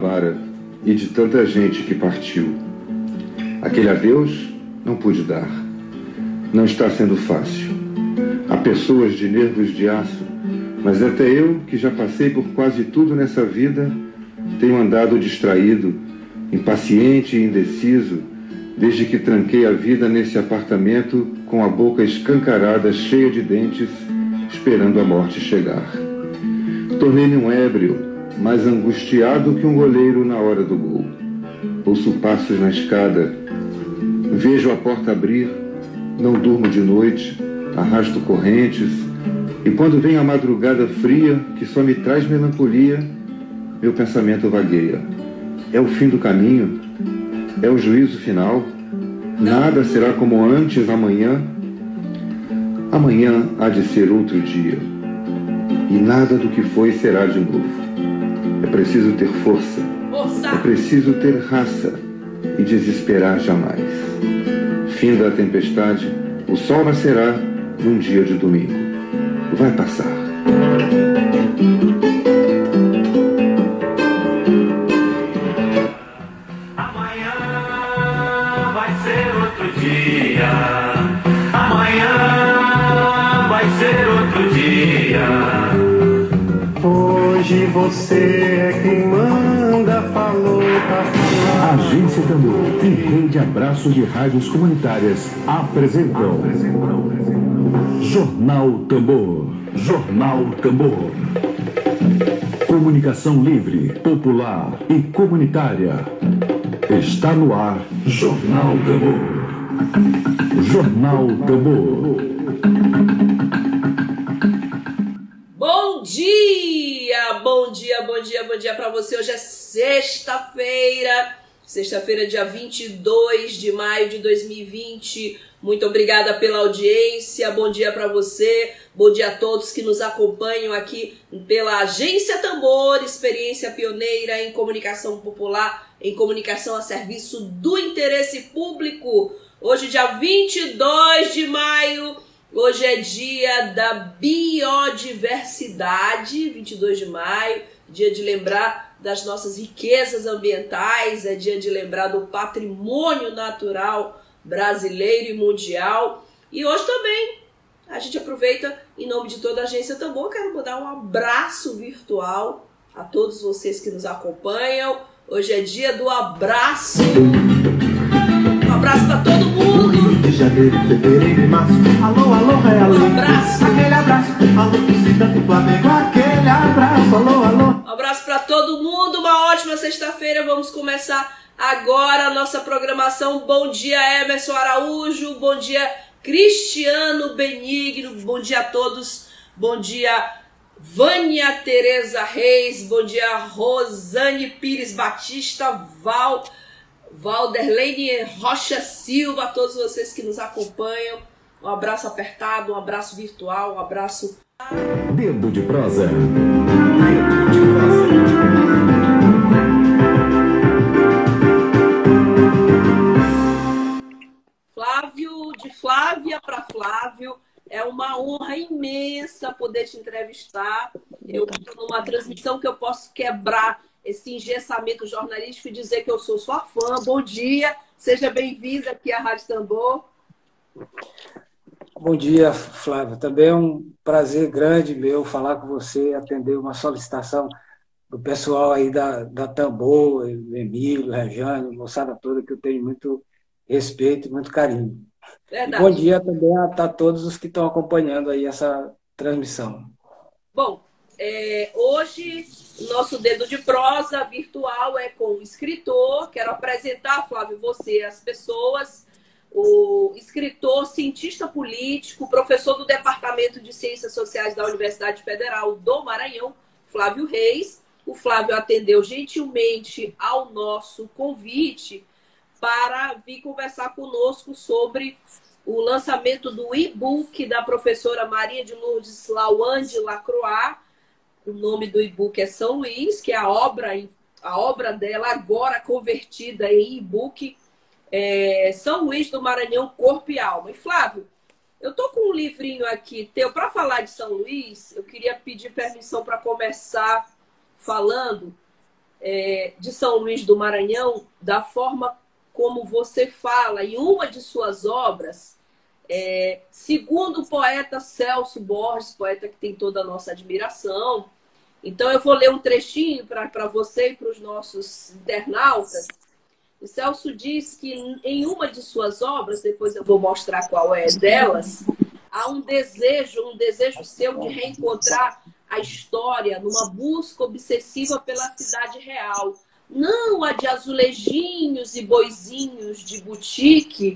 para e de tanta gente que partiu. Aquele adeus não pude dar. Não está sendo fácil. Há pessoas de nervos de aço, mas até eu, que já passei por quase tudo nessa vida, tenho andado distraído, impaciente e indeciso, desde que tranquei a vida nesse apartamento com a boca escancarada, cheia de dentes, esperando a morte chegar. Tornei-me um ébrio, mais angustiado que um goleiro na hora do gol. Ouço passos na escada, vejo a porta abrir, não durmo de noite, arrasto correntes, e quando vem a madrugada fria, que só me traz melancolia, meu pensamento vagueia. É o fim do caminho? É o juízo final? Nada será como antes amanhã? Amanhã há de ser outro dia, e nada do que foi será de novo. É preciso ter força, é preciso ter raça e desesperar jamais. Fim da tempestade, o sol nascerá num dia de domingo. Vai passar. Amanhã vai ser outro dia. Amanhã vai ser outro dia. Hoje você é quem manda, falou, tá falando. Agência Tambor e Rede Abraço de Rádios Comunitárias apresentam Jornal Tambor. Jornal Tambor. Comunicação livre, popular e comunitária. Está no ar Jornal Tambor. Jornal Tambor. Bom dia! Bom dia, bom dia, bom dia para você. Hoje é sexta-feira, dia 22 de maio de 2020. Muito obrigada pela audiência, bom dia para você, bom dia a todos que nos acompanham aqui pela Agência Tambor, experiência pioneira em comunicação popular, em comunicação a serviço do interesse público. Hoje, dia 22 de maio, hoje é dia da biodiversidade, 22 de maio, dia de lembrar das nossas riquezas ambientais, é dia de lembrar do patrimônio natural brasileiro e mundial. E hoje também a gente aproveita, em nome de toda a Agência Tambor, quero mandar um abraço virtual a todos vocês que nos acompanham. Hoje é dia do abraço. Um abraço para todo mundo. De janeiro, fevereiro e março. Alô, alô, é alô. Um abraço. Aquele abraço. Alô, torcida do Flamengo. Aquele abraço. Alô, alô. Um abraço para todo mundo. Uma ótima sexta-feira. Vamos começar agora a nossa programação. Bom dia, Emerson Araújo. Bom dia, Cristiano Benigno. Bom dia a todos. Bom dia, Vânia Tereza Reis. Bom dia, Rosane Pires Batista. Valderlene Rocha Silva. A todos vocês que nos acompanham. Um abraço apertado, um abraço virtual, um abraço... Dedo de prosa. Dedo de prosa. Flávio, de Flávia para Flávio, é uma honra imensa poder te entrevistar. Eu estou numa transmissão que eu posso quebrar esse engessamento jornalístico e dizer que eu sou sua fã. Bom dia, seja bem-vinda aqui à Rádio Tambor. Bom dia, Flávia. Também é um prazer grande meu falar com você, atender uma solicitação do pessoal aí da Tambor, Emílio, Rejane, moçada toda, que eu tenho muito respeito e muito carinho. Verdade. E bom dia também a todos os que estão acompanhando aí essa transmissão. Bom, hoje o nosso Dedo de Prosa virtual é com o escritor. Quero apresentar, Flávio, você, as pessoas. O escritor, cientista político, professor do Departamento de Ciências Sociais da Universidade Federal do Maranhão, Flávio Reis. O Flávio atendeu gentilmente ao nosso convite para vir conversar conosco sobre o lançamento do e-book da professora Maria de Lourdes Lawande Lacroix. O nome do e-book é São Luís, que é a obra dela agora convertida em e-book, São Luís do Maranhão, Corpo e Alma. E Flávio, eu tô com um livrinho aqui teu para falar de São Luís. Eu queria pedir permissão para começar falando de São Luís do Maranhão, da forma como você fala em uma de suas obras, segundo o poeta Celso Borges, poeta que tem toda a nossa admiração. Então, eu vou ler um trechinho para você e para os nossos internautas. O Celso diz que em uma de suas obras, depois eu vou mostrar qual é delas, há um desejo seu de reencontrar a história numa busca obsessiva pela cidade real. Não a de azulejinhos e boizinhos de boutique,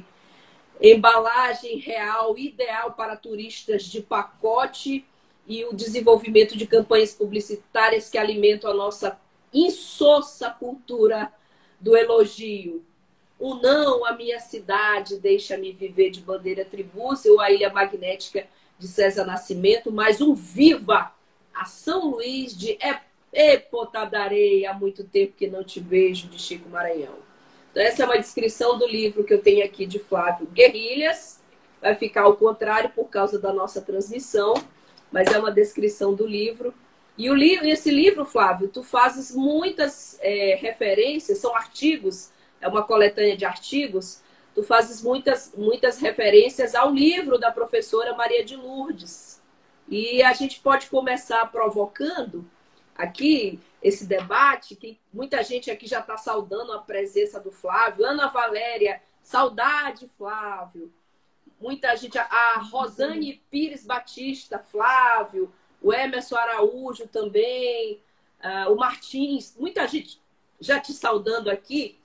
embalagem real, ideal para turistas de pacote e o desenvolvimento de campanhas publicitárias que alimentam a nossa insossa cultura do elogio. O não, a minha cidade, deixa-me viver de Bandeira Tribúzia ou a Ilha Magnética de César Nascimento, mas um viva a São Luís de Potadarei, há muito tempo que não te vejo, de Chico Maranhão. Então, essa é uma descrição do livro que eu tenho aqui de Flávio Guerrilhas. Vai ficar ao contrário por causa da nossa transmissão, mas é uma descrição do livro. E esse livro, Flávio, tu fazes muitas referências, são artigos, é uma coletânea de artigos, tu fazes muitas referências ao livro da professora Maria de Lourdes. E a gente pode começar provocando aqui esse debate, que muita gente aqui já está saudando a presença do Flávio. Ana Valéria, saudade, Flávio. Muita gente, a Rosane Pires Batista, Flávio, o Emerson Araújo também, o Martins, muita gente já te saudando aqui.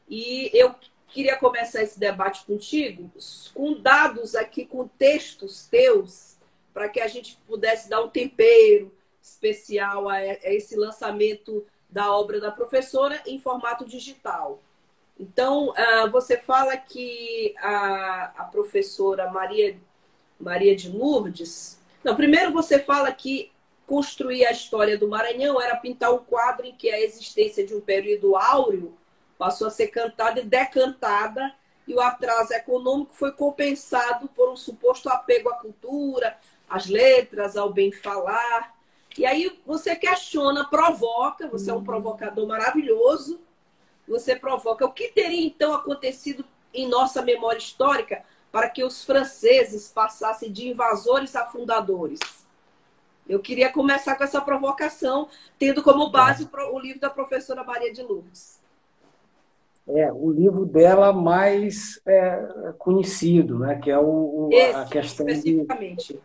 E eu queria começar esse debate contigo, com dados aqui, com textos teus, para que a gente pudesse dar um tempero especial a esse lançamento da obra da professora em formato digital. Então, você fala que a professora Maria de Lourdes... Não, primeiro você fala que construir a história do Maranhão era pintar um quadro em que a existência de um período áureo passou a ser cantada e decantada, e o atraso econômico foi compensado por um suposto apego à cultura, às letras, ao bem-falar. E aí você questiona, provoca, você é um provocador maravilhoso, você provoca o que teria então acontecido em nossa memória histórica para que os franceses passassem de invasores a fundadores. Eu queria começar com essa provocação, tendo como base o livro da professora Maria de Lourdes. O livro dela mais conhecido, né? Que é a questão especificamente.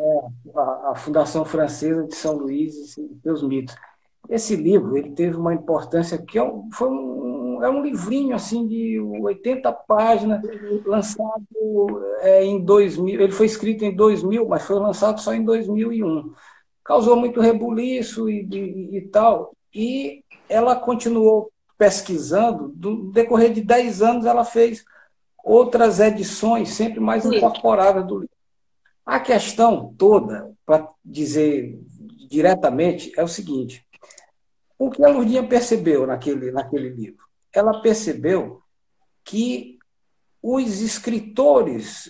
A Fundação Francesa de São Luís e seus mitos. Esse livro ele teve uma importância que é um livrinho assim de 80 páginas, lançado em 2000. Ele foi escrito em 2000, mas foi lançado só em 2001. Causou muito rebuliço e tal. E ela continuou pesquisando. No decorrer de 10 anos, ela fez outras edições, sempre mais incorporadas do livro. A questão toda, para dizer diretamente, é o seguinte: o que a Lourdinha percebeu naquele livro? Ela percebeu que os escritores,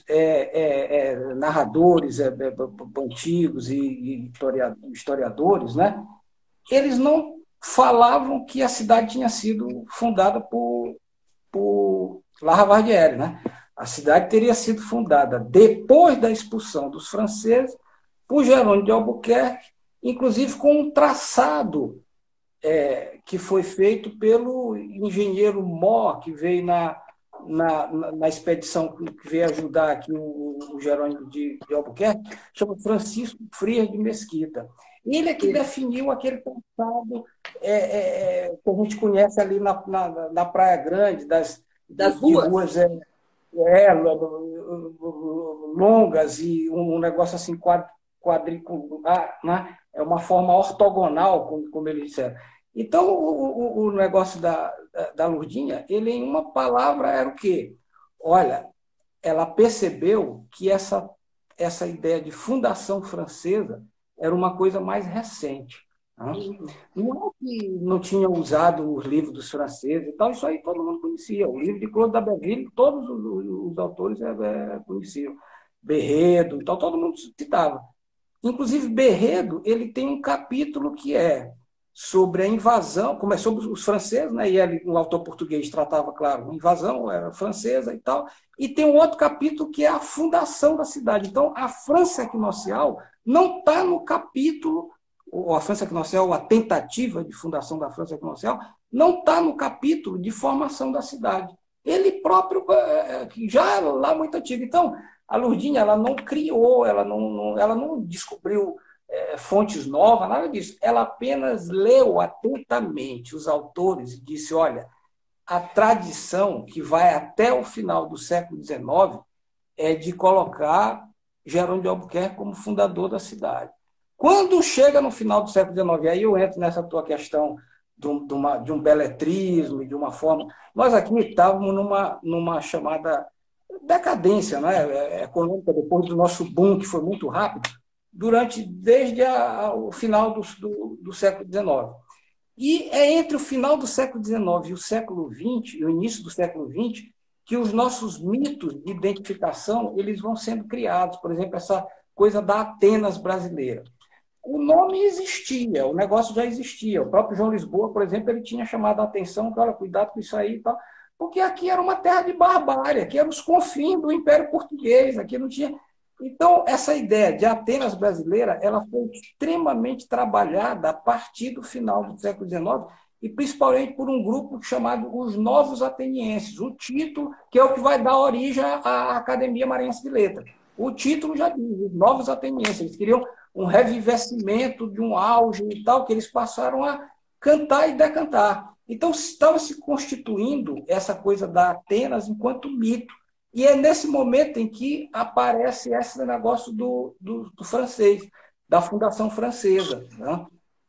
narradores antigos e historiadores, né, eles não falavam que a cidade tinha sido fundada por Laravardière, né? A cidade teria sido fundada depois da expulsão dos franceses por Jerônimo de Albuquerque, inclusive com um traçado que foi feito pelo engenheiro Mó, que veio na expedição que veio ajudar aqui o Jerônimo de Albuquerque, chama Francisco Frias de Mesquita. Ele é que definiu aquele traçado que a gente conhece ali na Praia Grande, das ruas longas e um negócio assim quadricular, né? É uma forma ortogonal, como eles disseram. Então, o negócio da Lourdinha, ele em uma palavra era o quê? Olha, ela percebeu que essa ideia de fundação francesa era uma coisa mais recente. Né? Não é que não tinha usado os livros dos franceses e tal, isso aí todo mundo conhecia. O livro de Claude d'Aberville, todos os autores conheciam. Berredo e tal, todo mundo citava. Inclusive, Berredo, ele tem um capítulo que é sobre a invasão, como é sobre os franceses, né? E ele, o autor português tratava, claro, a invasão era francesa e tal. E tem um outro capítulo que é a fundação da cidade. Então, a França Equinocial não está no capítulo, ou a França Equinocial, a tentativa de fundação da França Equinocial, não está no capítulo de formação da cidade. Ele próprio, que já é lá muito antigo. Então, a Lourdinha, ela não criou, ela não descobriu fontes novas, nada disso. Ela apenas leu atentamente os autores e disse, olha, a tradição que vai até o final do século XIX é de colocar Jerônimo de Albuquerque como fundador da cidade. Quando chega no final do século XIX, aí eu entro nessa tua questão de um beletrismo e de uma forma... Nós aqui estávamos numa chamada decadência, né, econômica, depois do nosso boom, que foi muito rápido, desde o final do século XIX. E é entre o final do século XIX e o século XX, e o início do século XX, que os nossos mitos de identificação eles vão sendo criados. Por exemplo, essa coisa da Atenas brasileira. O nome existia, o negócio já existia. O próprio João Lisboa, por exemplo, ele tinha chamado a atenção, olha, cuidado com isso aí e tal, porque aqui era uma terra de barbárie, aqui eram os confins do Império Português, aqui não tinha... Então, essa ideia de Atenas brasileira, ela foi extremamente trabalhada a partir do final do século XIX, e principalmente por um grupo chamado os Novos Atenienses, o título que é o que vai dar origem à Academia Maranhense de Letras. O título já diz, os Novos Atenienses, eles queriam um revivecimento de um auge e tal, que eles passaram a cantar e decantar. Então, estava se constituindo essa coisa da Atenas enquanto mito. E é nesse momento em que aparece esse negócio do francês, da Fundação Francesa. Né?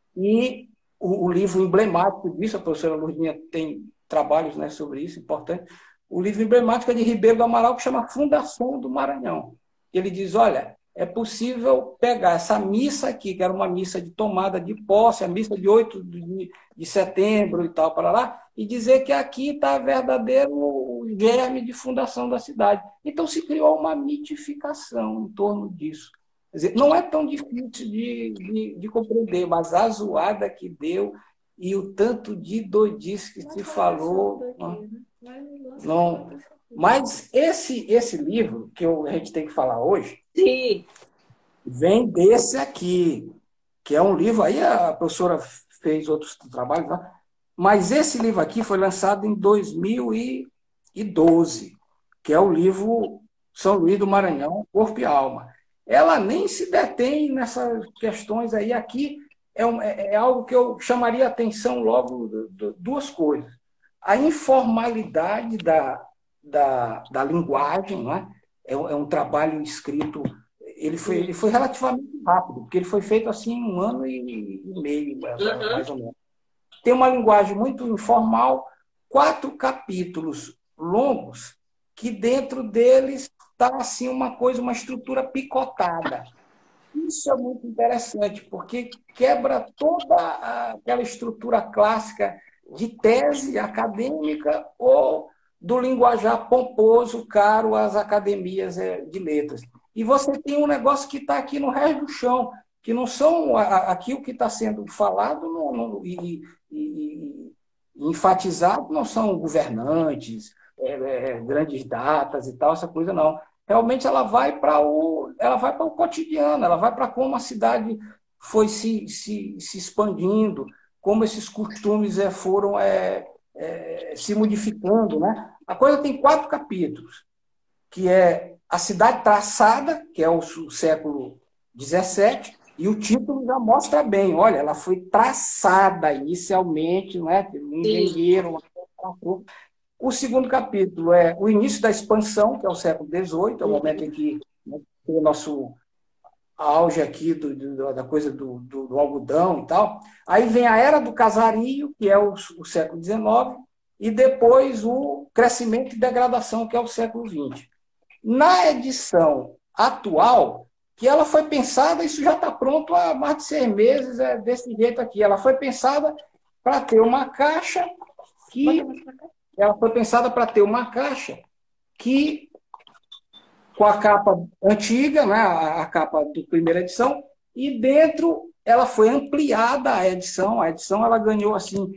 E o livro emblemático disso, a professora Lourdinha tem trabalhos, né, sobre isso, importante. O livro emblemático é de Ribeiro do Amaral, que chama Fundação do Maranhão. Ele diz, olha, é possível pegar essa missa aqui, que era uma missa de tomada de posse, a missa de 8 de setembro e tal, para lá, e dizer que aqui está verdadeiro germe de fundação da cidade. Então se criou uma mitificação em torno disso. Quer dizer, não é tão difícil de compreender, mas a zoada que deu e o tanto de doidice que se falou... Não. Mas esse livro que a gente tem que falar hoje, sim, vem desse aqui, que é um livro, aí a professora fez outros trabalhos, né? Mas esse livro aqui foi lançado em 2012, que é o livro São Luís do Maranhão, Corpo e Alma. Ela nem se detém nessas questões aí. Aqui é algo que eu chamaria a atenção logo duas coisas. A informalidade da linguagem, não é? É um trabalho escrito, ele foi relativamente rápido, porque ele foi feito assim em 1 ano e meio, mais ou menos. Tem uma linguagem muito informal, 4 capítulos longos, que dentro deles está assim uma estrutura picotada. Isso é muito interessante, porque quebra toda aquela estrutura clássica de tese acadêmica ou do linguajar pomposo, caro às academias de letras. E você tem um negócio que está aqui no resto do chão, que não são aqui o que está sendo falado e enfatizado, não são governantes, grandes datas e tal, essa coisa não. Realmente ela vai para o cotidiano, ela vai para como a cidade foi se expandindo, como esses costumes foram se modificando. Né? A coisa tem 4 capítulos, que é a cidade traçada, que é o século XVII, e o título já mostra bem, olha, ela foi traçada inicialmente, não é? Um engenheiro, o segundo capítulo é o início da expansão, que é o século XVIII, é o momento em que tem o nosso auge aqui da coisa do algodão e tal. Aí vem a era do casario, que é o século XIX, e depois o crescimento e degradação, que é o século XX. Na edição atual, que ela foi pensada, isso já está pronto há mais de 6 meses, desse jeito aqui. Ela foi pensada para ter uma caixa que... Ela foi pensada para ter uma caixa que, com a capa antiga, né, a capa da primeira edição, e dentro ela foi ampliada a edição. A edição ela ganhou assim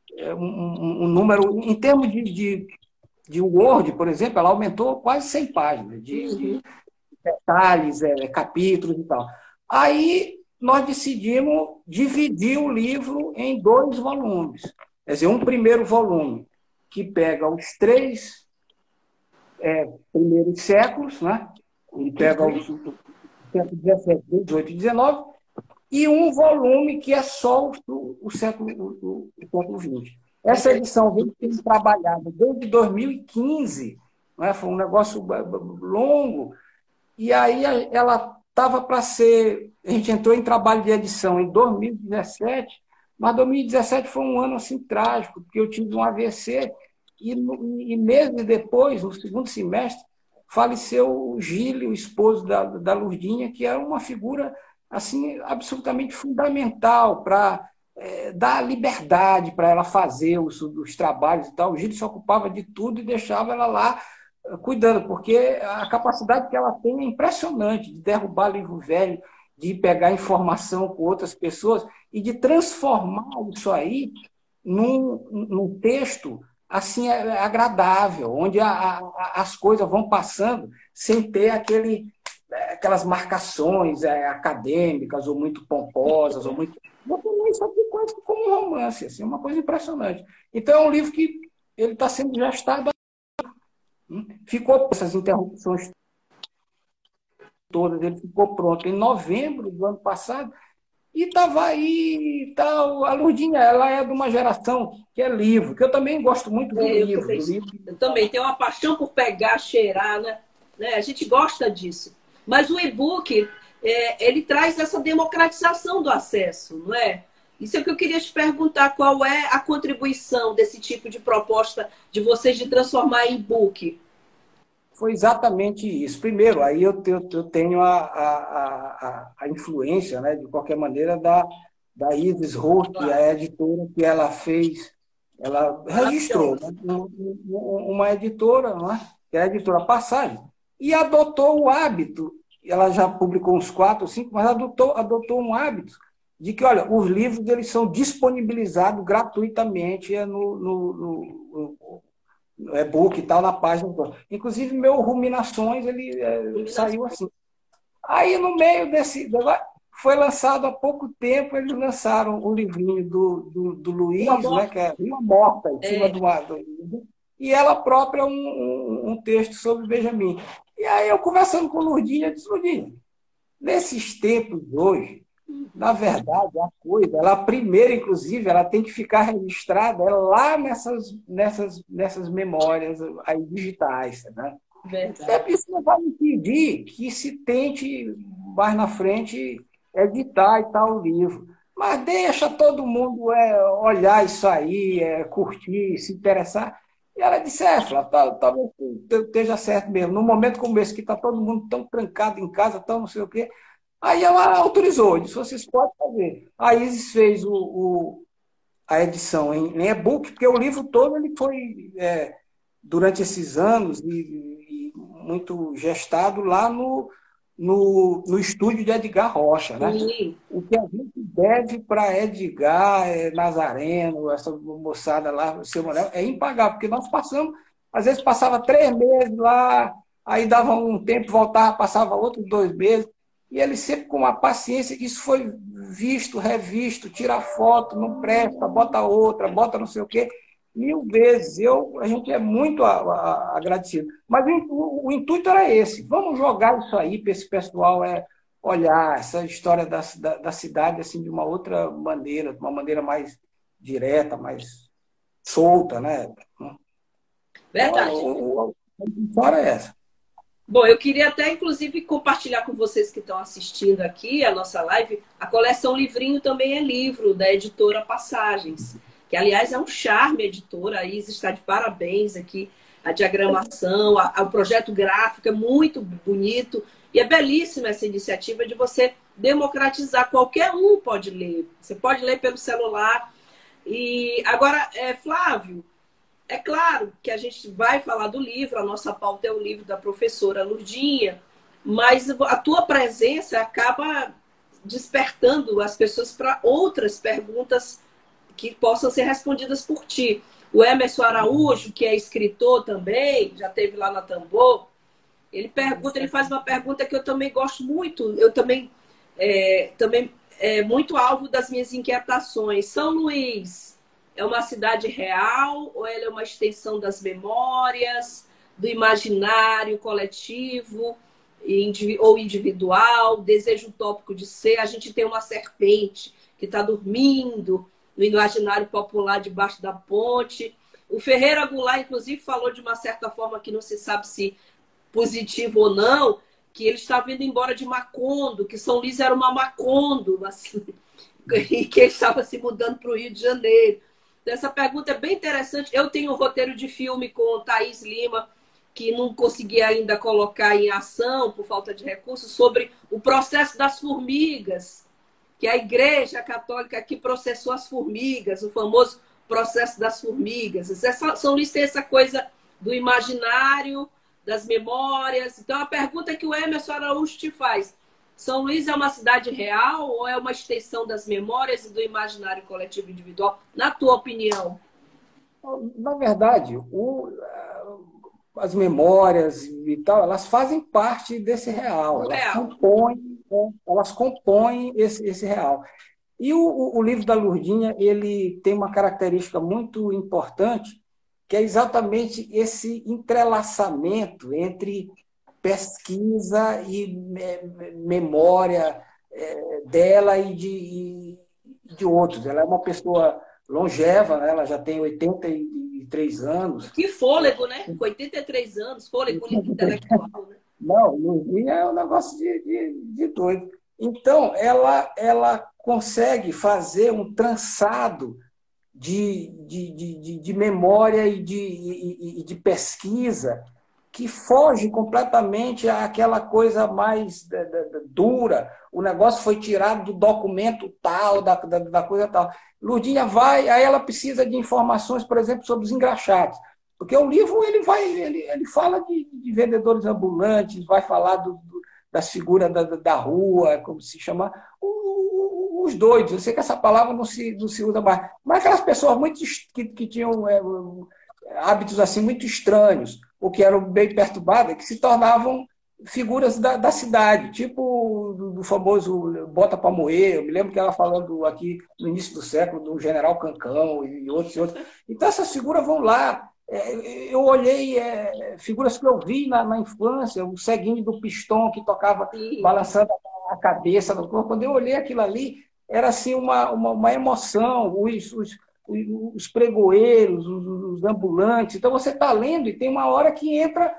um número, em termos de Word, por exemplo, ela aumentou quase 100 páginas de detalhes, capítulos e tal. Aí nós decidimos dividir o livro em 2 volumes. Quer dizer, um primeiro volume que pega os 3 primeiros séculos, né? Ele pega o século XVII, XVIII e XIX, e um volume que é só o século XX. Essa edição vem sendo trabalhada desde 2015, né? Foi um negócio longo, e aí ela estava para ser... A gente entrou em trabalho de edição em 2017, mas 2017 foi um ano assim trágico, porque eu tive um AVC, e meses depois, no segundo semestre, faleceu o Gílio, o esposo da Lurdinha, que era uma figura assim absolutamente fundamental para dar liberdade para ela fazer os trabalhos e tal. O Gílio se ocupava de tudo e deixava ela lá cuidando, porque a capacidade que ela tem é impressionante de derrubar livro velho, de pegar informação com outras pessoas e de transformar isso aí num texto assim agradável, onde as coisas vão passando sem ter aquelas marcações acadêmicas ou muito pomposas ou muito... Isso aqui é quase como um romance, assim, uma coisa impressionante. Então é um livro que ele está sendo gestado, ficou essas interrupções todas, ele ficou pronto em novembro do ano passado. E estava aí e tal. A Lurdinha, ela é de uma geração que é livro, que eu também gosto muito do livro. Eu também tenho uma paixão por pegar, cheirar, né? A gente gosta disso. Mas o e-book, ele traz essa democratização do acesso, não é? Isso é o que eu queria te perguntar, qual é a contribuição desse tipo de proposta de vocês de transformar em e-book? Foi exatamente isso. Primeiro, aí eu tenho a influência, né, de qualquer maneira, da Isis Roth, que é a editora que ela fez, ela registrou, né, uma editora, né, que é a editora Passagem, e adotou o hábito, ela já publicou uns 4 ou 5, mas adotou um hábito de que, olha, os livros eles são disponibilizados gratuitamente no e-book e tal, na página. Inclusive, meu Ruminações, ele saiu assim. Aí, no meio desse... Foi lançado há pouco tempo, eles lançaram o livrinho do Luiz, né, que é Uma Morta, em cima do e ela própria um texto sobre Benjamin. E aí, eu conversando com o Lurdinha, eu disse, Lurdinha, nesses tempos hoje, na verdade, a coisa, ela primeiro, inclusive, ela tem que ficar registrada lá nessas memórias aí digitais, né? Verdade. Isso não vai impedir que se tente, mais na frente, editar e tal o livro. Mas deixa todo mundo olhar isso aí, curtir, se interessar. E ela disse, Flávio, talvez esteja certo mesmo. No momento como esse, que está todo mundo tão trancado em casa, tão não sei o quê. Aí ela autorizou, disse, vocês podem fazer. A Isis fez a edição em e-book, porque o livro todo ele foi, durante esses anos, e muito gestado lá no estúdio de Edgar Rocha. Né? O que a gente deve para Edgar, Nazareno, essa moçada lá, seu Manuel, é impagável, porque nós passamos, às vezes passava 3 meses lá, aí dava um tempo, voltava, passava outros 2 meses, e ele sempre com uma paciência, isso foi visto, revisto, tira foto, não presta, bota outra, bota não sei o quê, 1000 vezes. A gente é muito agradecido. Mas o intuito era esse, vamos jogar isso aí para esse pessoal olhar essa história da cidade assim, de uma outra maneira, de uma maneira mais direta, mais solta, né? Verdade. A história é essa. Bom, eu queria até, inclusive, compartilhar com vocês que estão assistindo aqui a nossa live, a coleção Livrinho também é livro, da editora Passagens, que, aliás, é um charme editora. A Isa está de parabéns aqui, a diagramação, o projeto gráfico é muito bonito, e é belíssima essa iniciativa de você democratizar, qualquer um pode ler, você pode ler pelo celular. E agora, Flávio, é claro que a gente vai falar do livro, a nossa pauta é o livro da professora Lurdinha, mas a tua presença acaba despertando as pessoas para outras perguntas que possam ser respondidas por ti. O Emerson Araújo, que é escritor também, já esteve lá na Tambor, ele faz uma pergunta que eu também gosto muito, eu também é muito alvo das minhas inquietações. São Luís é uma cidade real ou ela é uma extensão das memórias, do imaginário coletivo ou individual, desejo utópico de ser? A gente tem uma serpente que está dormindo no imaginário popular debaixo da ponte. O Ferreira Goulart, inclusive, falou de uma certa forma que não se sabe se positivo ou não, que ele está vindo embora de Macondo, que São Luís era uma Macondo, assim, e que ele estava se mudando para o Rio de Janeiro. Então, essa pergunta é bem interessante. Eu tenho um roteiro de filme com Thaís Lima, que não consegui ainda colocar em ação por falta de recursos, sobre o processo das formigas, que a Igreja Católica aqui processou as formigas, o famoso processo das formigas. São Luís tem essa coisa do imaginário, das memórias. Então, a pergunta que o Emerson Araújo te faz: São Luís é uma cidade real ou é uma extensão das memórias e do imaginário coletivo individual, na tua opinião? Na verdade, as memórias e tal, elas fazem parte desse real. Elas compõem esse real. E o livro da Lurdinha, ele tem uma característica muito importante, que é exatamente esse entrelaçamento entre pesquisa e memória dela e de outros. Ela é uma pessoa longeva, né? Ela já tem 83 anos. Que fôlego, né? Com 83 anos, fôlego intelectual, né? Não, Lurdinha é um negócio de doido. Então, ela consegue fazer um trançado de memória e de pesquisa que foge completamente àquela coisa mais dura. O negócio foi tirado do documento tal, da coisa tal. Lurdinha vai, aí ela precisa de informações, por exemplo, sobre os engraxates. Porque o livro ele fala de vendedores ambulantes, vai falar das figuras da rua, como se chama, os doidos. Eu sei que essa palavra não se usa mais, mas aquelas pessoas que tinham hábitos assim muito estranhos, ou que eram bem perturbadas, que se tornavam figuras da cidade, tipo do famoso Bota para Moer. Eu me lembro que ela falando aqui no início do século do General Cancão e outros. Então essas figuras vão lá. Eu olhei figuras que eu vi na infância, o Ceguinho do Pistão, que tocava balançando a cabeça. Quando eu olhei aquilo ali, era assim uma emoção, os pregoeiros, os ambulantes. Então você está lendo e tem uma hora que entra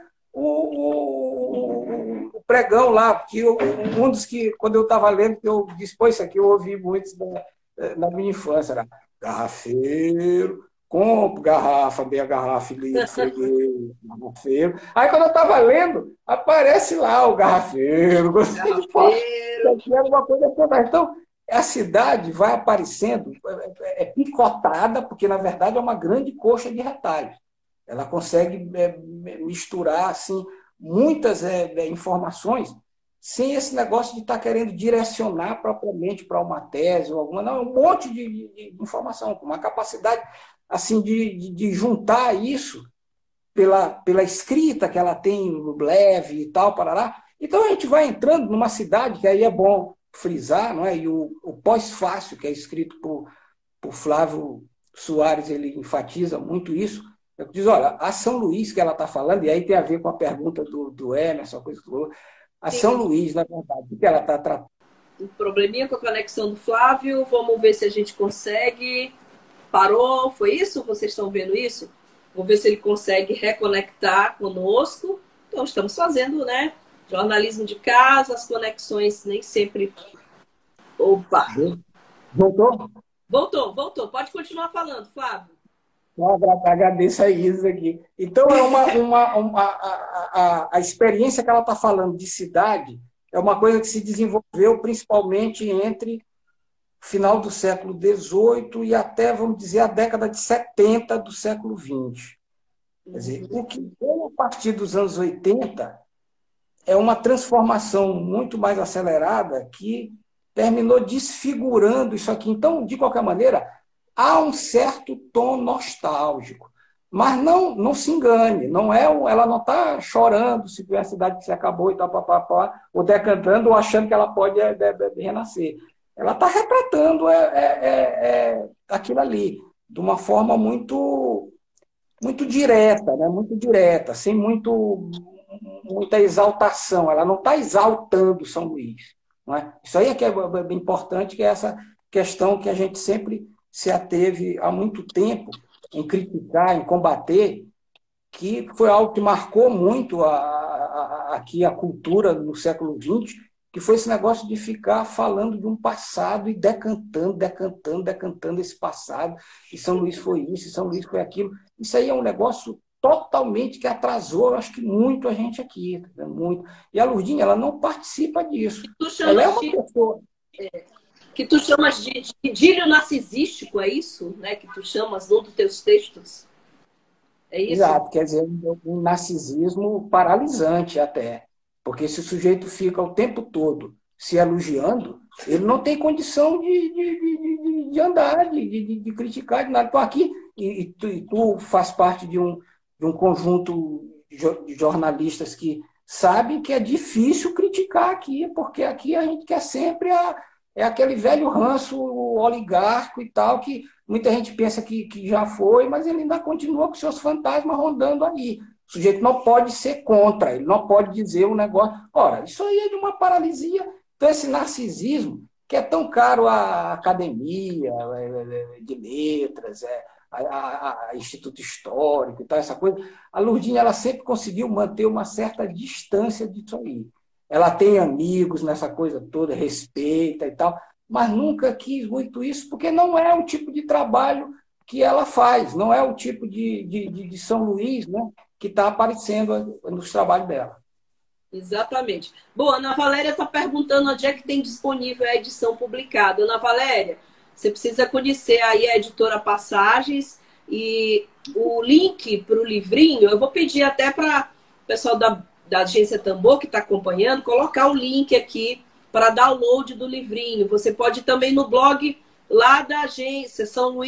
o pregão lá, que um dos que, quando eu estava lendo, que eu disse, pô, isso aqui eu ouvi muito na minha infância, era garrafeiro, compro garrafa, meia garrafa, freguês, garrafeiro. Aí quando eu estava lendo, aparece lá o garrafeiro. Era uma coisa toda. Então, a cidade vai aparecendo, picotada, porque, na verdade, é uma grande coxa de retalhos. Ela consegue misturar assim, muitas informações sem esse negócio de estar querendo direcionar propriamente para uma tese ou alguma. Não, é um monte de informação, com uma capacidade assim, de juntar isso pela escrita que ela tem, leve e tal, parará. Então a gente vai entrando numa cidade, que aí é bom frisar, não é? E o pós-fácil, que é escrito por Flávio Soares, ele enfatiza muito isso. Ele diz, olha, a São Luís que ela está falando, e aí tem a ver com a pergunta do Emerson, a coisa que falou, a São Luís, na verdade, o que ela está tratando. Um probleminha com a conexão do Flávio, vamos ver se a gente consegue. Parou, foi isso? Vocês estão vendo isso? Vamos ver se ele consegue reconectar conosco. Então, estamos fazendo, né? Jornalismo de casa, as conexões nem sempre... Opa! Voltou? Voltou. Pode continuar falando, Flávio. Agradeço a Isa aqui. Então, a experiência que ela está falando de cidade é uma coisa que se desenvolveu principalmente entre final do século XVIII e até, vamos dizer, a década de 70 do século XX. Quer dizer, o que veio a partir dos anos 80 é uma transformação muito mais acelerada que terminou desfigurando isso aqui. Então, de qualquer maneira, há um certo tom nostálgico. Mas não se engane, ela não está chorando se a cidade que se acabou e tal, ou decantando, ou achando que ela pode renascer. Ela está retratando aquilo ali, de uma forma muito, muito direta, né? Muito direta, sem muita exaltação. Ela não está exaltando São Luís. Não é? Isso aí é que é bem importante, que é essa questão que a gente sempre se ateve há muito tempo em criticar, em combater, que foi algo que marcou muito aqui a cultura no século XX, que foi esse negócio de ficar falando de um passado e decantando esse passado, e São Luís foi isso, e São Luís foi aquilo. Isso aí é um negócio totalmente que atrasou, acho que muito a gente aqui, muito. E a Lourdinha, ela não participa disso. Ela é uma pessoa... Que tu chamas de idílio narcisístico, é isso? Né? Que tu chamas num dos teus textos? É isso? Exato, quer dizer, um narcisismo paralisante até. Porque se o sujeito fica o tempo todo se elogiando, ele não tem condição de andar, de criticar, de nada. Estou aqui e tu faz parte de um conjunto de jornalistas que sabem que é difícil criticar aqui, porque aqui a gente quer sempre aquele velho ranço oligarco e tal, que muita gente pensa que já foi, mas ele ainda continua com seus fantasmas rondando ali. O sujeito não pode ser contra, ele não pode dizer um negócio. Ora, isso aí é de uma paralisia. Então, esse narcisismo, que é tão caro à academia de letras, a Instituto Histórico e tal, essa coisa, a Lourdinha ela sempre conseguiu manter uma certa distância disso aí. Ela tem amigos nessa coisa toda, respeita e tal, mas nunca quis muito isso, porque não é o tipo de trabalho que ela faz, não é o tipo de São Luís, né, que está aparecendo nos trabalhos dela. Exatamente. Bom, a Ana Valéria está perguntando onde é que tem disponível a edição publicada. Ana Valéria, você precisa conhecer aí a editora Passagens e o link para o livrinho, eu vou pedir até para o pessoal da Agência Tambor, que está acompanhando, colocar o link aqui para download do livrinho. Você pode também no blog lá da agência,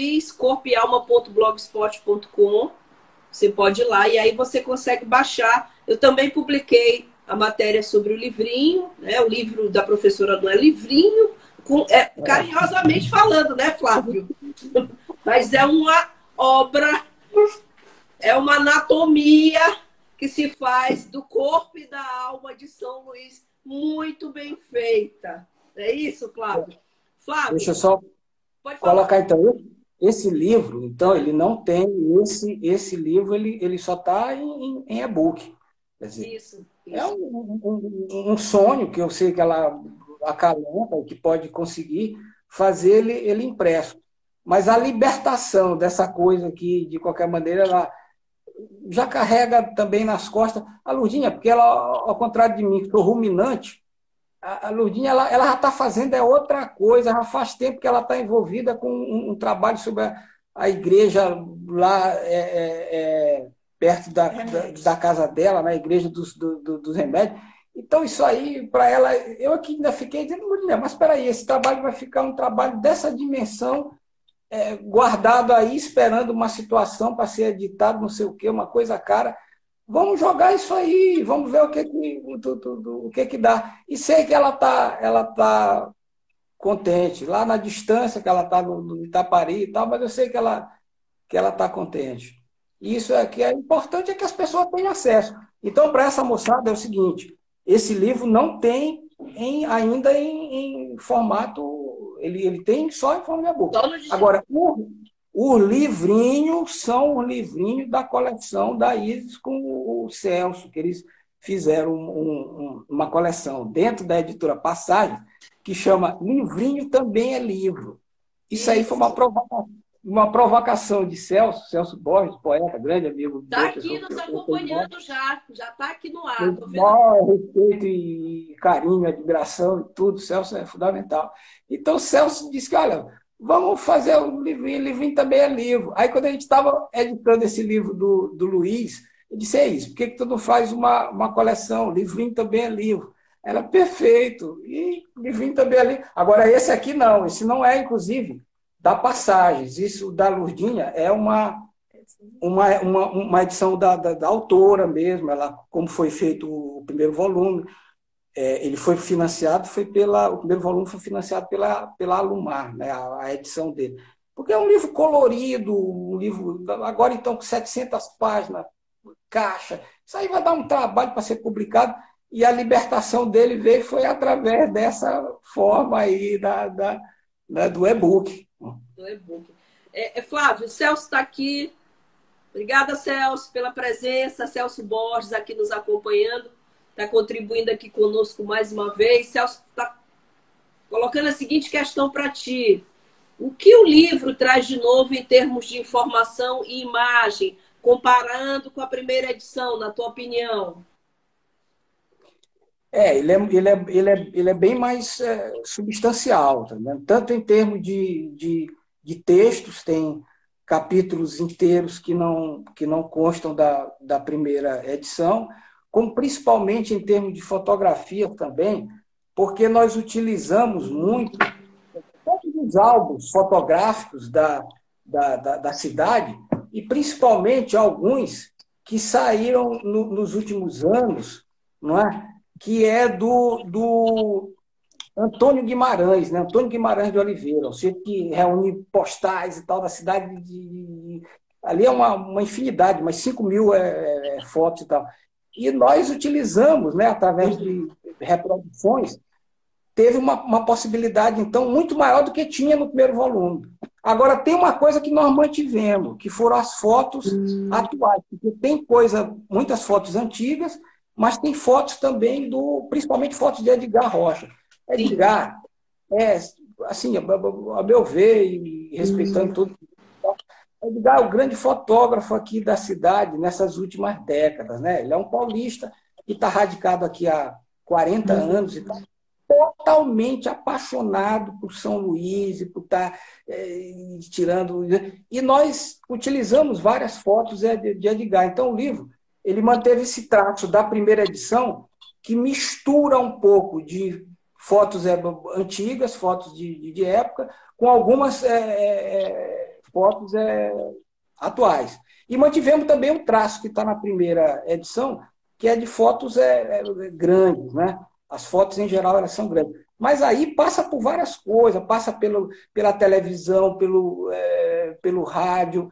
saoluiscorpoealma.blogspot.com. Você pode ir lá e aí você consegue baixar. Eu também publiquei a matéria sobre o livrinho, né? O livro da professora não é livrinho, carinhosamente falando, né, Flávio? Mas é uma obra, é uma anatomia que se faz do corpo e da alma de São Luís, muito bem feita. É isso, Flávio? Flávio, deixa eu só colocar, então, esse livro, então, ele não tem, esse livro, ele só está em e-book. Quer dizer, isso. É um sonho que eu sei que ela acalenta, que pode conseguir fazer ele impresso. Mas a libertação dessa coisa aqui, de qualquer maneira, ela já carrega também nas costas a Lourdinha, porque ela, ao contrário de mim, que sou ruminante, a Lourdinha ela já está fazendo outra coisa, já faz tempo que ela está envolvida com um trabalho sobre a igreja lá perto da casa dela, na igreja dos remédios. Então, isso aí, para ela, eu aqui ainda fiquei dizendo, Lourdinha, mas espera aí, esse trabalho vai ficar um trabalho dessa dimensão, guardado aí, esperando uma situação para ser editado, não sei o quê, uma coisa cara. Vamos jogar isso aí, vamos ver o que dá. E sei que ela tá contente, lá na distância que ela está no Itapari e tal, mas eu sei que ela está contente. E isso que é importante, é que as pessoas tenham acesso. Então, para essa moçada é o seguinte, esse livro não tem ainda em formato, ele tem só em forma de e-book. Agora, os livrinhos são os livrinhos da coleção da Isis com o Celso, que eles fizeram uma coleção dentro da editora Passagem, que chama Livrinho Também é Livro. Isso aí foi uma provocação de Celso Borges, poeta, grande amigo. Está aqui nos acompanhando já está aqui no ar. Respeito e carinho, admiração e tudo, Celso é fundamental. Então, Celso disse que, olha, vamos fazer um livrinho também é livro. Aí, quando a gente estava editando esse livro do Luiz, eu disse, isso, por que tu não faz uma coleção? Livrinho também é livro. Era perfeito. E vim também ali. Agora, esse aqui não. Esse não é, inclusive, da Passagens. Isso da Lurdinha é uma edição da autora mesmo. Ela, como foi feito o primeiro volume, ele foi financiado, o primeiro volume foi financiado pela Alumar, né, a edição dele. Porque é um livro colorido, um livro, agora então com 700 páginas, caixa. Isso aí vai dar um trabalho para ser publicado. E a libertação dele foi através dessa forma aí do e-book. Do e-book. Flávio, o Celso está aqui. Obrigada, Celso, pela presença. Celso Borges aqui nos acompanhando, está contribuindo aqui conosco mais uma vez. Celso está colocando a seguinte questão para ti. O que o livro traz de novo em termos de informação e imagem, comparando com a primeira edição, na tua opinião? Ele é bem mais substancial, tá vendo? Tanto em termos de textos, tem capítulos inteiros que não constam da primeira edição, como principalmente em termos de fotografia também, porque nós utilizamos muito todos os álbuns fotográficos da cidade, e principalmente alguns que saíram nos últimos anos, não é? Que é do Antônio Guimarães, né? Antônio Guimarães de Oliveira, ou seja, que reúne postais e tal da cidade. Ali é uma infinidade, mas 5.000 fotos e tal. E nós utilizamos, né, através de reproduções, teve uma possibilidade, então, muito maior do que tinha no primeiro volume. Agora, tem uma coisa que nós mantivemos, que foram as fotos atuais, porque tem muitas fotos antigas, mas tem fotos também principalmente fotos de Edgar Rocha. Edgar, assim, a meu ver, e respeitando tudo, Edgar é o grande fotógrafo aqui da cidade nessas últimas décadas, né? Ele é um paulista que está radicado aqui há 40 anos e está totalmente apaixonado por São Luís e por estar tirando... E nós utilizamos várias fotos de Edgar. Então, o livro ele manteve esse traço da primeira edição, que mistura um pouco de fotos antigas, fotos de época, com algumas fotos atuais. E mantivemos também um traço que está na primeira edição, que é de fotos grandes, né? As fotos, em geral, elas são grandes. Mas aí passa por várias coisas, passa pela televisão, pelo rádio,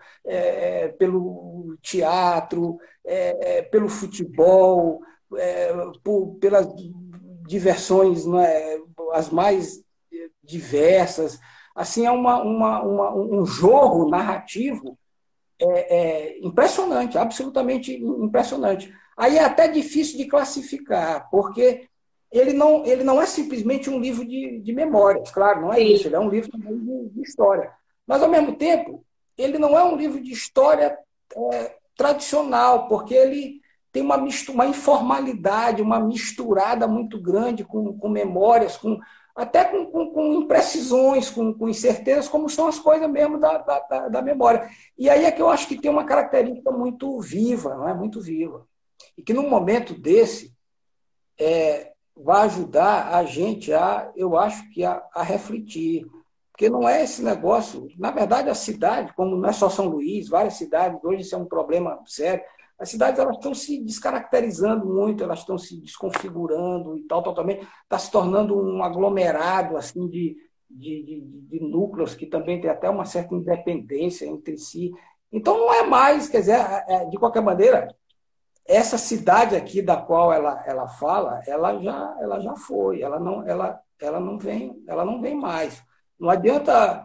pelo teatro, pelo futebol, pelas diversões, né, as mais diversas. Assim, é um jorro narrativo impressionante, absolutamente impressionante. Aí é até difícil de classificar, porque ele não é simplesmente um livro de memórias, claro, não é isso, ele é um livro também de história. Mas, ao mesmo tempo, ele não é um livro de história tradicional, porque ele tem uma informalidade, uma misturada muito grande com memórias, até com imprecisões, com incertezas, como são as coisas mesmo da memória. E aí é que eu acho que tem uma característica muito viva, não é? Muito viva. E que, num momento desse, vai ajudar a gente eu acho que a refletir. Porque não é esse negócio... Na verdade, a cidade, como não é só São Luís, várias cidades, hoje isso é um problema sério, as cidades elas estão se descaracterizando muito, elas estão se desconfigurando e tal, totalmente. Está se tornando um aglomerado assim, de núcleos que também tem até uma certa independência entre si. Então, não é mais, quer dizer, de qualquer maneira, essa cidade aqui da qual ela fala, ela já foi, ela não vem mais. Não adianta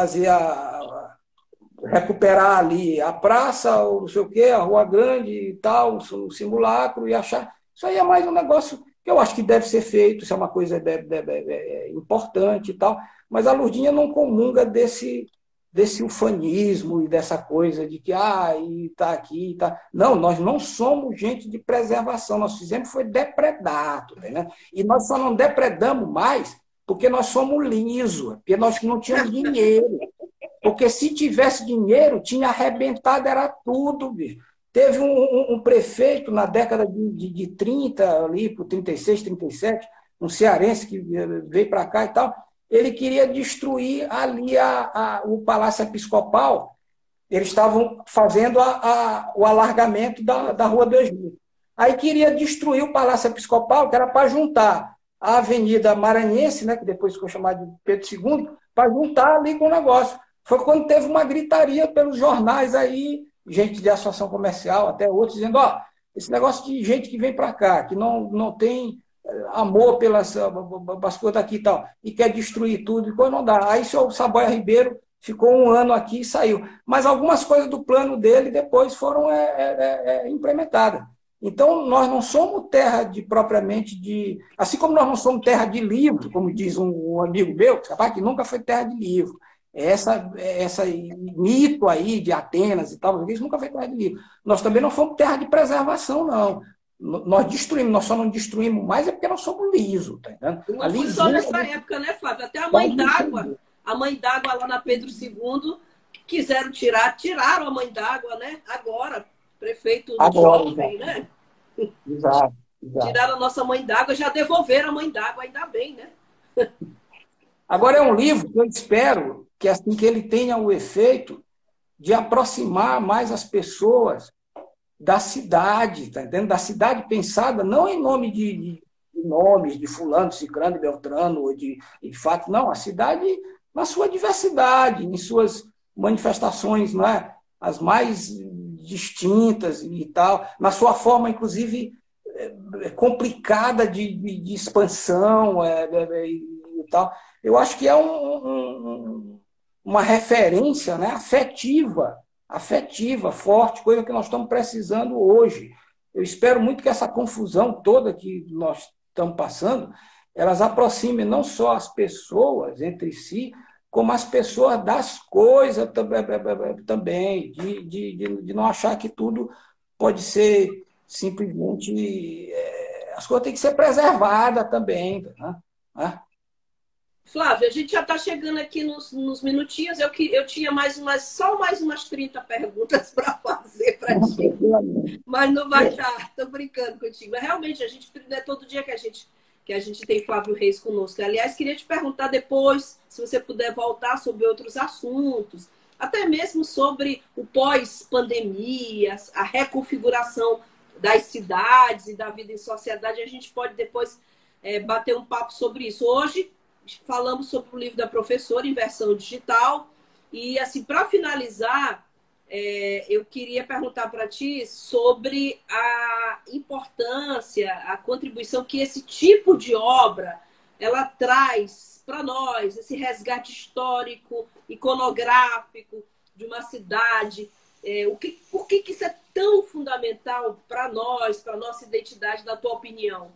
recuperar ali a praça, ou não sei o quê, a Rua Grande e tal, o simulacro, e achar... Isso aí é mais um negócio que eu acho que deve ser feito, isso é uma coisa importante e tal, mas a Lurdinha não comunga desse ufanismo e dessa coisa de que está aqui, tá. Não, nós não somos gente de preservação, nós fizemos foi depredar, né? E nós só não depredamos mais porque nós somos lisos, porque nós não tínhamos dinheiro. Porque se tivesse dinheiro, tinha arrebentado, era tudo, bicho. Teve um prefeito na década de 30, ali por 36, 37, um cearense que veio para cá e tal, ele queria destruir ali o Palácio Episcopal. Eles estavam fazendo o alargamento da Rua 2000. Aí queria destruir o Palácio Episcopal, que era para juntar a Avenida Maranhense, né, que depois ficou chamada de Pedro II, para juntar ali com o negócio. Foi quando teve uma gritaria pelos jornais aí, gente de associação comercial, até outros, dizendo, esse negócio de gente que vem para cá, que não tem amor pelas coisas daqui e tal, e quer destruir tudo, e coisa não dá. Aí o senhor Saboia Ribeiro ficou um ano aqui e saiu. Mas algumas coisas do plano dele depois foram implementadas. Então, nós não somos terra propriamente de... Assim como nós não somos terra de livro, como diz um amigo meu, capaz que nunca foi terra de livro. Essa mito aí de Atenas e tal, isso nunca foi terra de livro. Nós também não fomos terra de preservação, não. Nós destruímos, nós só não destruímos mais é porque nós somos lisos, tá entendendo? Não foi só nessa época, né, Flávio? Até a Mãe d'Água lá na Pedro II, quiseram tiraram a Mãe d'Água, né? Agora, prefeito jovem, né? Exato. Tiraram a nossa Mãe d'Água, já devolveram a Mãe d'Água, ainda bem, né? Agora é um livro que eu espero que assim que ele tenha o efeito de aproximar mais as pessoas da cidade, tá entendendo? Da cidade pensada não em nome de nomes de fulano, ciclano, beltrano, ou de fato, não, a cidade na sua diversidade, em suas manifestações, não é? As mais distintas e tal, na sua forma, inclusive, complicada de expansão e tal. Eu acho que é uma referência, né, afetiva, forte, coisa que nós estamos precisando hoje. Eu espero muito que essa confusão toda que nós estamos passando, elas aproximem não só as pessoas entre si, como as pessoas das coisas também, de não achar que tudo pode ser simplesmente... As coisas têm que ser preservadas também, né? Flávia, a gente já está chegando aqui nos minutinhos. Eu tinha só mais umas 30 perguntas para fazer para ti. Mas não vai dar, estou brincando contigo. Mas realmente, não é todo dia que a gente tem Flávio Reis conosco. Aliás, queria te perguntar depois, se você puder voltar sobre outros assuntos, até mesmo sobre o pós-pandemia, a reconfiguração das cidades e da vida em sociedade. A gente pode depois bater um papo sobre isso. Hoje, falamos sobre o livro da professora em versão digital. E, assim, para finalizar, eu queria perguntar para ti sobre a importância, a contribuição que esse tipo de obra ela traz para nós, esse resgate histórico, iconográfico de uma cidade. Por que isso é tão fundamental para nós, para a nossa identidade, na tua opinião?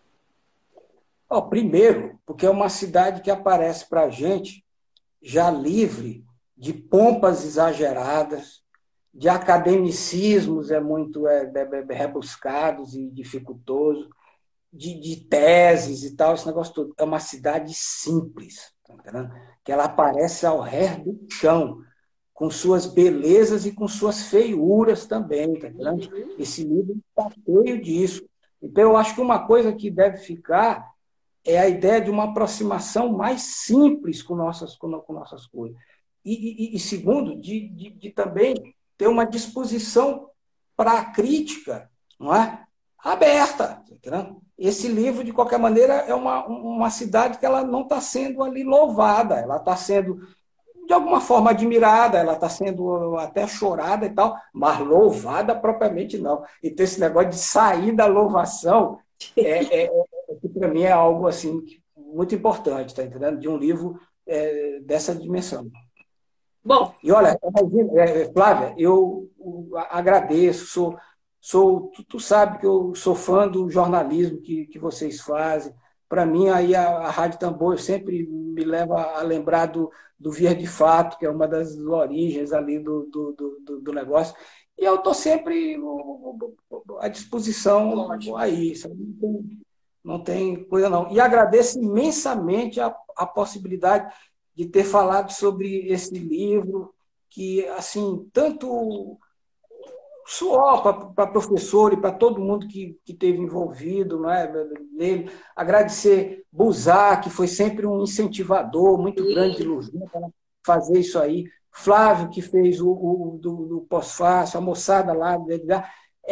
Primeiro, porque é uma cidade que aparece para a gente já livre de pompas exageradas, de academicismos muito rebuscados e dificultosos, de teses e tal, esse negócio todo. É uma cidade simples, tá entendendo? Que ela aparece ao redor do chão, com suas belezas e com suas feiuras também, tá entendendo? Esse livro está cheio disso. Então, eu acho que uma coisa que deve ficar é a ideia de uma aproximação mais simples com nossas coisas. E segundo, de também ter uma disposição para a crítica, não é? Aberta. Entendeu? Esse livro, de qualquer maneira, é uma cidade que ela não está sendo ali louvada, ela está sendo, de alguma forma, admirada, ela está sendo até chorada e tal, mas louvada propriamente não. Então, esse negócio de sair da louvação que para mim é algo assim muito importante, tá entendendo? De um livro dessa dimensão. Bom. E olha, Flávia, eu agradeço, tu sabe que eu sou fã do jornalismo que vocês fazem. Para mim, aí a Rádio Tambor sempre me leva a lembrar do Vias de Fato, que é uma das origens ali do negócio. E eu estou sempre à disposição aí, sabe? Não tem coisa não. E agradeço imensamente a possibilidade de ter falado sobre esse livro, que, assim, tanto suor para professor e para todo mundo que esteve envolvido, não é, nele. Agradecer Buzar, que foi sempre um incentivador muito grande de Lurdinha para fazer isso aí. Flávio, que fez do Pós-Fácil, a moçada lá do Edgar.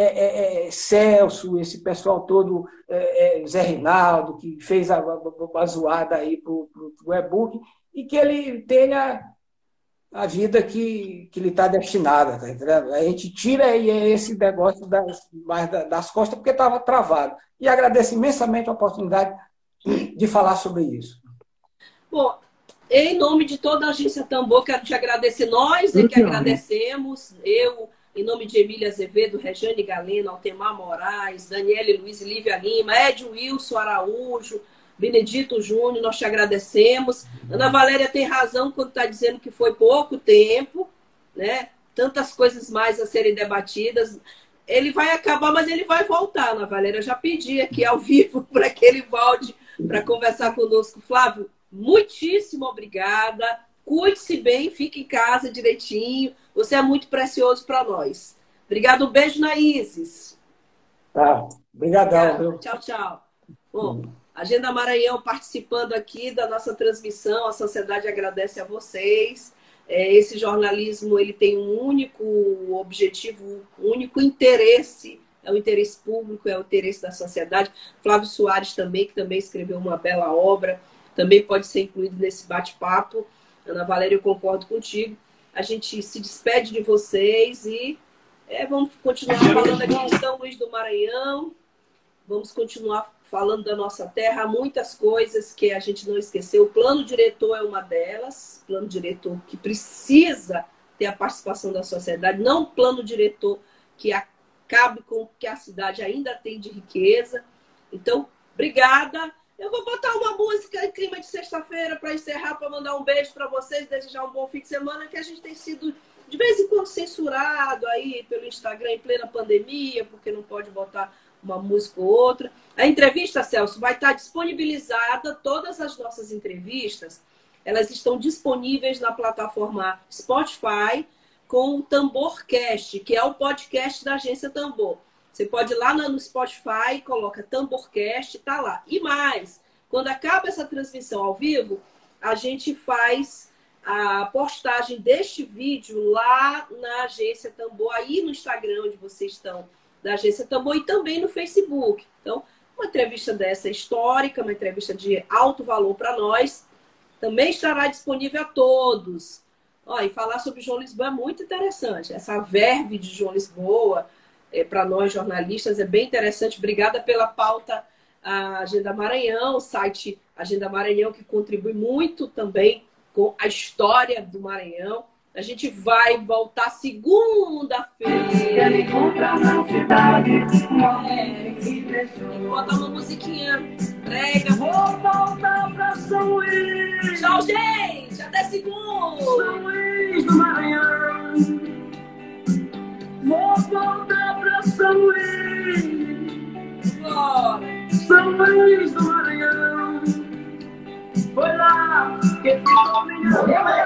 Celso, esse pessoal todo, Zé Reinaldo, que fez a zoada aí para o e-book, e que ele tenha a vida que lhe está destinada, tá entendendo? A gente tira esse negócio das costas porque estava travado. E agradeço imensamente a oportunidade de falar sobre isso. Bom, em nome de toda a Agência Tambor, quero te agradecer. Nós é que agradecemos. Eu, em nome de Emília Azevedo, Regiane Galeno, Altemar Moraes, Daniele Luiz e Lívia Lima, Ed Wilson Araújo, Benedito Júnior, nós te agradecemos. Ana Valéria tem razão quando está dizendo que foi pouco tempo, né? Tantas coisas mais a serem debatidas. Ele vai acabar, mas ele vai voltar, Ana Valéria. Eu já pedi aqui ao vivo para que ele volte para conversar conosco. Flávio, muitíssimo obrigada. Cuide-se bem, fique em casa direitinho. Você é muito precioso para nós. Obrigado, um beijo na Isis. Obrigadão. Tchau, tchau. Bom, Agenda Maranhão participando aqui da nossa transmissão. A sociedade agradece a vocês. Esse jornalismo ele tem um único objetivo, um único interesse. É o interesse público, é o interesse da sociedade. Flávio Soares também, que também escreveu uma bela obra, também pode ser incluído nesse bate-papo. Ana Valéria, eu concordo contigo. A gente se despede de vocês e vamos continuar falando aqui de São Luís do Maranhão. Vamos continuar falando da nossa terra. Há muitas coisas que a gente não esqueceu. O plano diretor é uma delas. Plano diretor que precisa ter a participação da sociedade. Não um plano diretor que acabe com o que a cidade ainda tem de riqueza. Então, obrigada. Eu vou botar uma música em clima de sexta-feira para encerrar, para mandar um beijo para vocês, desejar um bom fim de semana, que a gente tem sido, de vez em quando, censurado aí pelo Instagram em plena pandemia, porque não pode botar uma música ou outra. A entrevista, Celso, vai estar disponibilizada, todas as nossas entrevistas, elas estão disponíveis na plataforma Spotify com o Tamborcast, que é o podcast da Agência Tambor. Você pode ir lá no Spotify, coloca Tamborcast, tá lá. E mais, quando acaba essa transmissão ao vivo, a gente faz a postagem deste vídeo lá na Agência Tambor, aí no Instagram onde vocês estão, da Agência Tambor, e também no Facebook. Então, uma entrevista dessa histórica, uma entrevista de alto valor para nós, também estará disponível a todos. E falar sobre João Lisboa é muito interessante. Essa verve de João Lisboa, para nós jornalistas, é bem interessante. Obrigada pela pauta a Agenda Maranhão, o site Agenda Maranhão, que contribui muito também com a história do Maranhão. A gente vai voltar segunda-feira. Ele encontra na cidade E botar uma musiquinha. Prega. Vou voltar pra São Luís. Tchau, gente. Até segunda. São Luís do Maranhão. Vou voltar pra São Luís. Bora. São Luís do Maranhão. Foi lá que ficou minha